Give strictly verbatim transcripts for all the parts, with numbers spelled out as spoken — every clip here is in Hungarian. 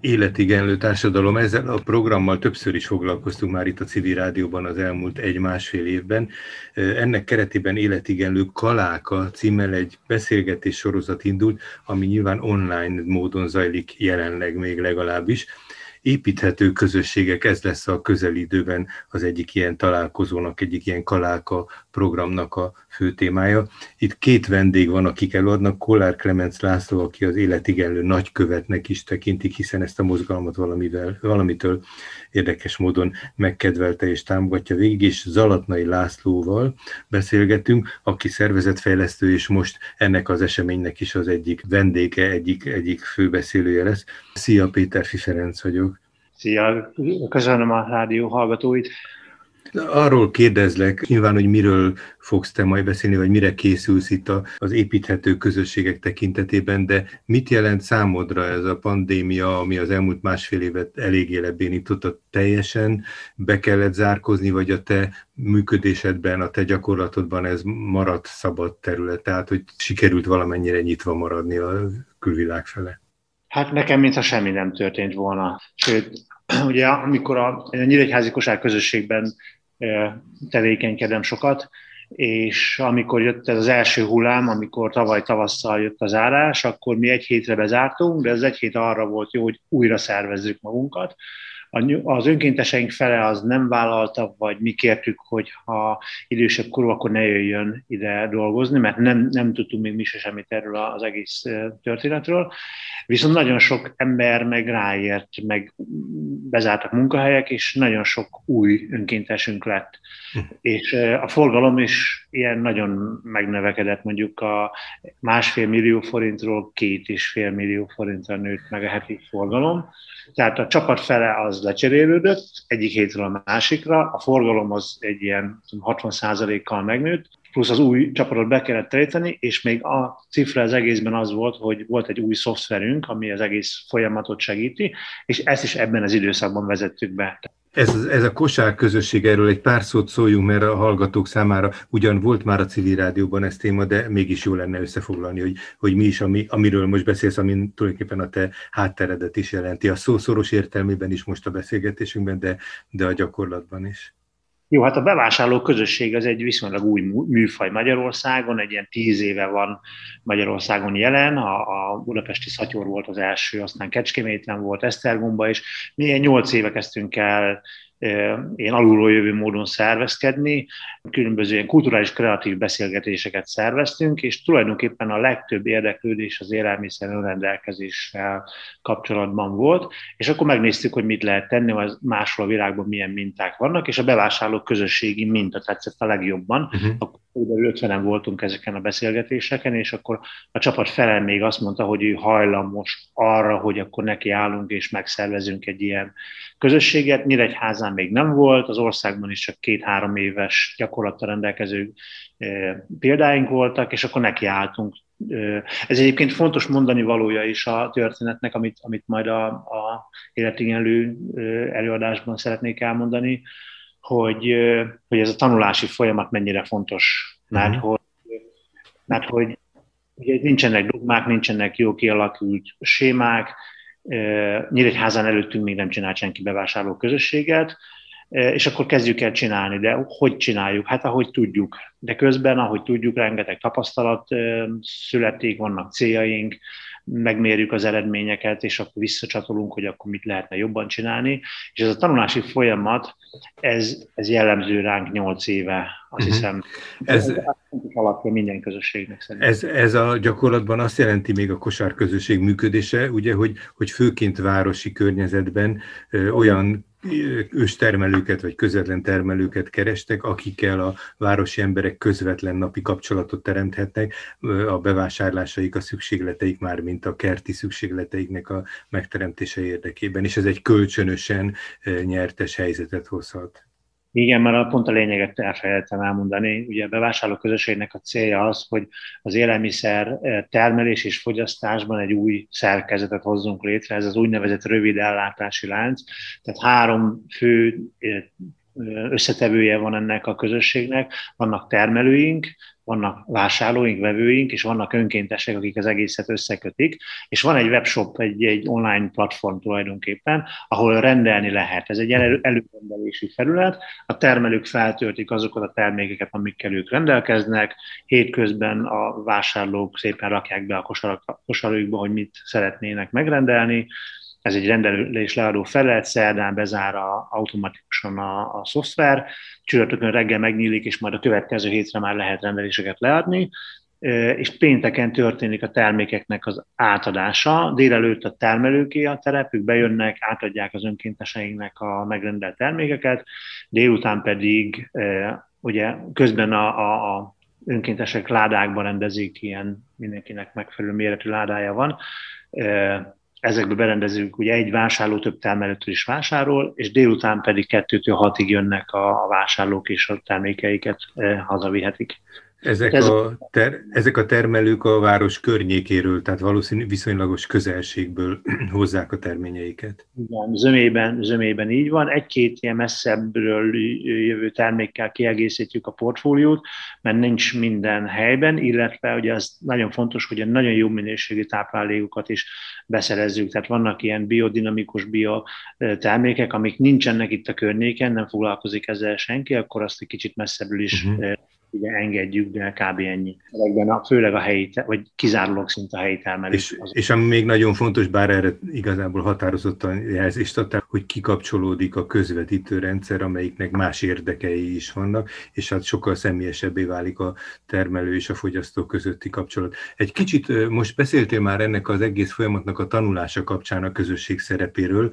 Életigenlő társadalom. Ezzel a programmal többször is foglalkoztunk már itt a Civil Rádióban az elmúlt egy-másfél évben. Ennek keretében Életigenlő Kaláka címmel egy beszélgetés sorozat indult, ami nyilván online módon zajlik jelenleg még legalábbis. Építhető közösségek, ez lesz a közelidőben az egyik ilyen találkozónak, egyik ilyen Kaláka programnak a fő témája. Itt két vendég van, akik előadnak. Kollár Klemenc László, aki az Életigenlő nagykövetnek is tekintik, hiszen ezt a mozgalmat valamivel, valamitől érdekes módon megkedvelte és támogatja végig, és Zalatnai Lászlóval beszélgetünk, aki szervezetfejlesztő, és most ennek az eseménynek is az egyik vendége, egyik, egyik főbeszélője lesz. Szia, Péterfi Ferenc vagyok. Szia, köszönöm a rádió hallgatóit. Arról kérdezlek, nyilván, hogy miről fogsz te majd beszélni, vagy mire készülsz itt az építhető közösségek tekintetében, de mit jelent számodra ez a pandémia, ami az elmúlt másfél évet eléggé lebénította? Teljesen be kellett zárkozni, vagy a te működésedben, a te gyakorlatodban ez maradt szabad terület, tehát hogy sikerült valamennyire nyitva maradni a külvilág fele? Hát nekem mintha semmi nem történt volna. Sőt, ugye amikor a nyíregyházi kosárközösségben tevékenykedem sokat, és amikor jött ez az első hullám, amikor tavaly tavasszal jött a zárás, akkor mi egy hétre bezártunk, de ez egy hét arra volt jó, hogy újra szervezzük magunkat. Az önkénteseink fele az nem vállalta, vagy mi kértük, hogy ha idősebb korú, akkor ne jöjjön ide dolgozni, mert nem, nem tudtunk még mi se semmit erről az egész történetről. Viszont nagyon sok ember meg ráért, meg bezártak munkahelyek, és nagyon sok új önkéntesünk lett. Hm. És a forgalom is ilyen nagyon megnövekedett, mondjuk a másfél millió forintról két és fél millió forintra nőtt meg a heti forgalom. Tehát a csapat fele az lecserélődött egyik hétről a másikra, a forgalom az egy ilyen hatvan százalékkal megnőtt, plusz az új csapatot be kellett teríteni, és még a cifra az egészben az volt, hogy volt egy új szoftverünk, ami az egész folyamatot segíti, és ezt is ebben az időszakban vezettük be. Ez, ez a kosárközösség, erről egy pár szót szóljunk, mert a hallgatók számára ugyan volt már a Civil Rádióban ez téma, de mégis jó lenne összefoglalni, hogy, hogy mi is, ami, amiről most beszélsz, ami tulajdonképpen a te hátteredet is jelenti. A szó szoros értelmében is most a beszélgetésünkben, de, de a gyakorlatban is. Jó, hát a bevásárló közösség az egy viszonylag új műfaj Magyarországon, egy ilyen tíz éve van Magyarországon jelen, a, a budapesti Szatyor volt az első, aztán Kecskeméten volt, Esztergomba, és mi ilyen nyolc éve kezdtünk el ilyen alulról jövő módon szervezkedni, különböző ilyen kulturális kreatív beszélgetéseket szerveztünk, és tulajdonképpen a legtöbb érdeklődés az élelmiszer önrendelkezéssel kapcsolatban volt, és akkor megnéztük, hogy mit lehet tenni, vagy máshol a világban milyen minták vannak, és a bevásárlók közösségi minta tetszett a legjobban. Uh-huh. Akkor ötvenen voltunk ezeken a beszélgetéseken, és akkor a csapat fele még azt mondta, hogy ő hajlamos arra, hogy akkor nekiállunk és megszervezünk egy ilyen közösséget. Nyíregyházán még nem volt, az országban is csak két-három éves gyakorlattal rendelkező példáink voltak, és akkor nekiálltunk. Ez egyébként fontos mondani valója is a történetnek, amit, amit majd a, a Életigenlő előadásban szeretnék elmondani, hogy, hogy ez a tanulási folyamat mennyire fontos, mert, uh-huh. hogy, mert hogy ugye nincsenek dogmák, nincsenek jó kialakult sémák, Nyíregyházán előttünk még nem csinált senki bevásárló közösséget, és akkor kezdjük el csinálni, de hogy csináljuk? Hát ahogy tudjuk, de közben, ahogy tudjuk, rengeteg tapasztalat születik, vannak céljaink, megmérjük az eredményeket, és akkor visszacsatolunk, hogy akkor mit lehetne jobban csinálni. És ez a tanulási folyamat, ez, ez jellemző ránk nyolc éve, azt uh-huh. hiszem. Ez, ez alapja minden közösségnek szerintem. Ez, ez a gyakorlatban azt jelenti még a kosárközösség működése, ugye, hogy, hogy főként városi környezetben ö, olyan őstermelőket vagy közvetlen termelőket kerestek, akikkel a városi emberek közvetlen napi kapcsolatot teremthetnek, a bevásárlásaik, a szükségleteik, már mint a kerti szükségleteiknek a megteremtése érdekében, és ez egy kölcsönösen nyertes helyzetet hozhat. Igen, mert pont a lényeget elfelejtettem elmondani. Ugye a bevásárló közösségnek a célja az, hogy az élelmiszer termelés és fogyasztásban egy új szerkezetet hozzunk létre, ez az úgynevezett rövid ellátási lánc. Tehát három fő összetevője van ennek a közösségnek. Vannak termelőink, vannak vásárlóink, vevőink, és vannak önkéntesek, akik az egészet összekötik, és van egy webshop, egy, egy online platform tulajdonképpen, ahol rendelni lehet. Ez egy elő, előrendelési felület, a termelők feltöltik azokat a termékeket, amikkel ők rendelkeznek, hétközben a vásárlók szépen rakják be a kosarukba, hogy mit szeretnének megrendelni. Ez egy rendelés leadó felület, szerdán bezár a, automatikusan a, a szoftver, csütörtökön reggel megnyílik, és majd a következő hétre már lehet rendeléseket leadni, és pénteken történik a termékeknek az átadása. Délelőtt a termelőké a terep, ők bejönnek, átadják az önkénteseinknek a megrendelt termékeket, délután pedig ugye közben a, a, a önkéntesek ládákban rendezik, ilyen mindenkinek megfelelő méretű ládája van, ezekbe berendezünk, ugye egy vásárló több termelőtől is vásárol, és délután pedig kettőtől hatig jönnek a, a vásárlók, és a termékeiket eh, hazavihetik. Ezek, Ez a ter, ezek a termelők a város környékéről, tehát valószínű viszonylagos közelségből hozzák a terményeiket. Igen, zömében, zömében így van. Egy-két ilyen messzebbről jövő termékkel kiegészítjük a portfóliót, mert nincs minden helyben, illetve ugye az nagyon fontos, hogy a nagyon jó minőségű táplálékokat is beszerezzük. Tehát vannak ilyen biodinamikus biotermékek, amik nincsenek itt a környéken, nem foglalkozik ezzel senki, akkor azt egy kicsit messzebbről is uh-huh. ugye engedjük, de kb. Ennyi. A, főleg a helyi, vagy kizárólag szinte a helyi termelés. És, és ami még nagyon fontos, bár erre igazából határozottan jelzést adták, hogy kikapcsolódik a közvetítő rendszer, amelyiknek más érdekei is vannak, és hát sokkal személyesebbé válik a termelő és a fogyasztó közötti kapcsolat. Egy kicsit most beszéltél már ennek az egész folyamatnak a tanulása kapcsán a közösség szerepéről,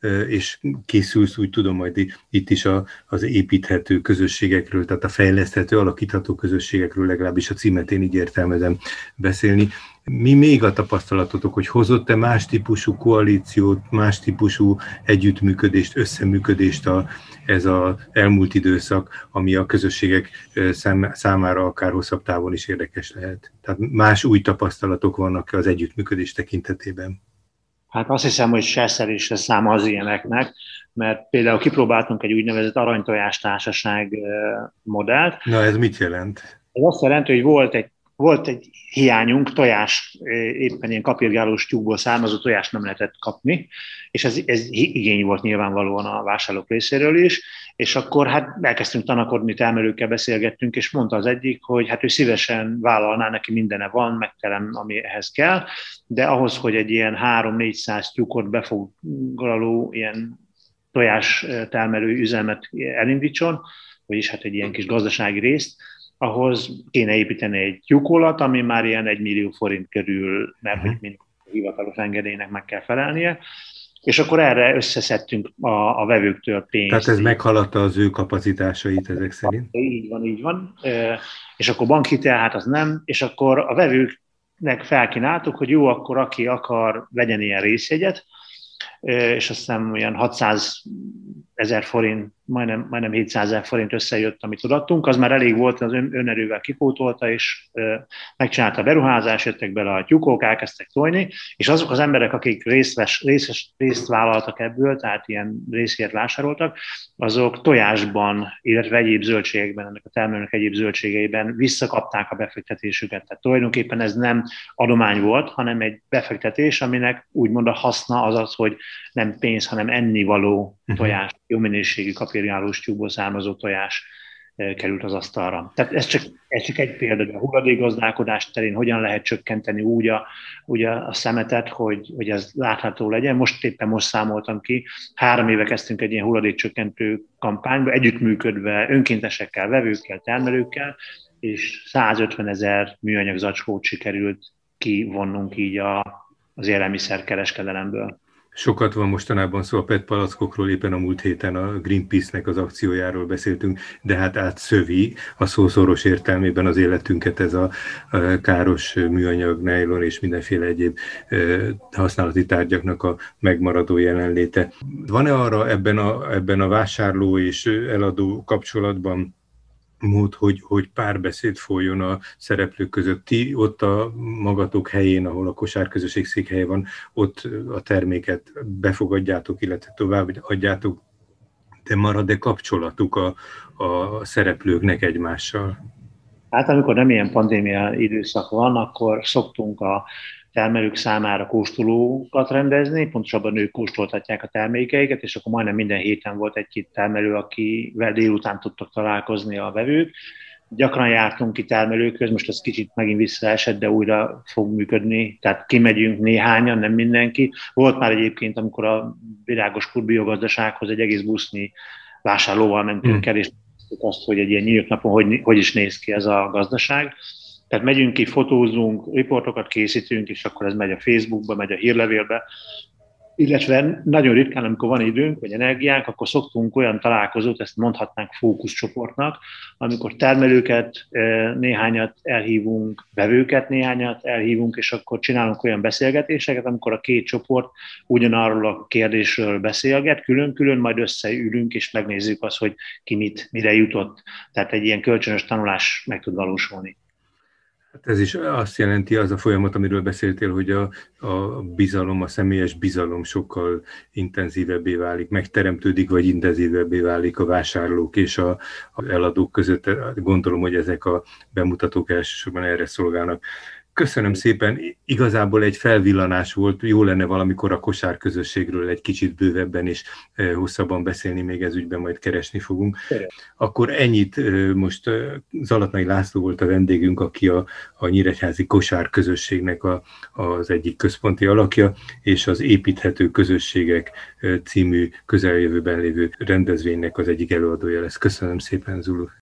és készülsz, úgy tudom, majd itt is az építhető közösségekről, tehát a fejleszthető, alakítható közösségekről, legalábbis a címet én így értelmezem beszélni. Mi még a tapasztalatotok, hogy hozott-e más típusú koalíciót, más típusú együttműködést, összeműködést a, ez az elmúlt időszak, ami a közösségek számára akár hosszabb távon is érdekes lehet? Tehát más új tapasztalatok vannak az együttműködés tekintetében? Hát azt hiszem, hogy se szer és se szám az ilyeneknek, mert például kipróbáltunk egy úgynevezett aranytojás társaság modellt. Na, ez mit jelent? Ez azt jelenti, hogy volt egy, volt egy hiányunk, tojás, éppen ilyen kapirgálós tyúkból származó tojást nem lehetett kapni, és ez, ez igény volt nyilvánvalóan a vásárlók részéről is, és akkor hát elkezdtünk tanakodni, termelőkkel beszélgettünk, és mondta az egyik, hogy hát ő szívesen vállalná, neki mindene van, megterem, ami ehhez kell, de ahhoz, hogy egy ilyen három-négyszáz tyúkot befoglaló ilyen tojás termelő üzemet elindítson, vagyis hát egy ilyen kis gazdasági részt, ahhoz kéne építeni egy tyúkolat, ami már ilyen egy millió forint körül, mert hogy mind hivatalos engedélynek meg kell felelnie, és akkor erre összeszedtünk a, a vevőktől pénzt. Tehát ez meghaladta az ő kapacitásait ezek szerint? Így van, így van. És akkor bankhitel, hát az nem, és akkor a vevőknek felkínáltuk, hogy jó, akkor aki akar, vegyen ilyen részjegyet, és azt hiszem olyan hatszáz ezer forint, majdnem, majdnem hétszáz ezer forint összejött, amit odaadtunk, az már elég volt, az ön, önerővel kipótolta, és e, megcsinálta a beruházást, jöttek bele a tyúkok, elkezdtek tojni, és azok az emberek, akik részves, részes, részt vállaltak ebből, tehát ilyen részért vásároltak, azok tojásban, illetve egyéb zöldségekben, ennek a termelőnek egyéb zöldségeiben visszakapták a befektetésüket. Tehát tulajdonképpen ez nem adomány volt, hanem egy befektetés, aminek úgymond a haszna az az, hogy nem pénz, hanem ennivaló tojás, jó minőségű kapirgálós tyúkból származó tojás került az asztalra. Tehát ez csak, ez csak egy példa, de a hulladékgazdálkodás terén hogyan lehet csökkenteni úgy a, úgy a szemetet, hogy, hogy ez látható legyen. Most éppen most számoltam ki, három éve kezdtünk egy ilyen hulladékcsökkentő kampányba, együttműködve önkéntesekkel, vevőkkel, termelőkkel, és százötven ezer műanyag zacskót sikerült kivonnunk így a, az élelmiszerkereskedelemből. Sokat van mostanában szó a pé e té palackokról, éppen a múlt héten a Greenpeace-nek az akciójáról beszéltünk, de hát átszövi a szó szoros értelmében az életünket ez a káros műanyag, nylon és mindenféle egyéb használati tárgyaknak a megmaradó jelenléte. Van-e arra ebben a, ebben a vásárló és eladó kapcsolatban mód, hogy, hogy párbeszéd folyjon a szereplők között? Ti ott a magatok helyén, ahol a kosárközösség székhelye van, ott a terméket befogadjátok, illetve tovább adjátok, de marad-e kapcsolatuk a, a szereplőknek egymással? Hát amikor nem ilyen pandémia időszak van, akkor szoktunk a termelők számára kóstolókat rendezni, pontosabban ők kóstoltatják a termékeiket, és akkor majdnem minden héten volt egy-két termelő, akivel délután tudtak találkozni a vevők. Gyakran jártunk ki termelőkhöz, most ez kicsit megint visszaesett, de újra fog működni, tehát kimegyünk néhányan, nem mindenki. Volt már egyébként, amikor a Virágos Kút biogazdasághoz egy egész busznyi vásárlóval mentünk el, és azt, hogy egy ilyen nyílt napon hogy, hogy is néz ki ez a gazdaság. Tehát megyünk ki, fotózunk, riportokat készítünk, és akkor ez megy a Facebookba, megy a hírlevélbe, illetve nagyon ritkán, amikor van időnk, vagy energiánk, akkor szoktunk olyan találkozót, ezt mondhatnánk fókuszcsoportnak, amikor termelőket néhányat elhívunk, vevőket néhányat elhívunk, és akkor csinálunk olyan beszélgetéseket, amikor a két csoport ugyanarról a kérdésről beszélget, külön-külön, majd összeülünk, és megnézzük azt, hogy ki mit, mire jutott. Tehát egy ilyen kölcsönös tanulás meg tud valósulni. Hát ez is azt jelenti, az a folyamat, amiről beszéltél, hogy a, a bizalom, a személyes bizalom sokkal intenzívebbé válik, megteremtődik, vagy intenzívebbé válik a vásárlók és a, a eladók között. Gondolom, hogy ezek a bemutatók elsősorban erre szolgálnak. Köszönöm szépen, igazából egy felvillanás volt, jó lenne valamikor a kosárközösségről egy kicsit bővebben és hosszabban beszélni, még ez ügyben majd keresni fogunk. Akkor ennyit, most Zalatnai László volt a vendégünk, aki a, a nyíregyházi kosárközösségnek a, az egyik központi alakja, és az Építhető Közösségek című közeljövőben lévő rendezvénynek az egyik előadója lesz. Köszönöm szépen, Zulu.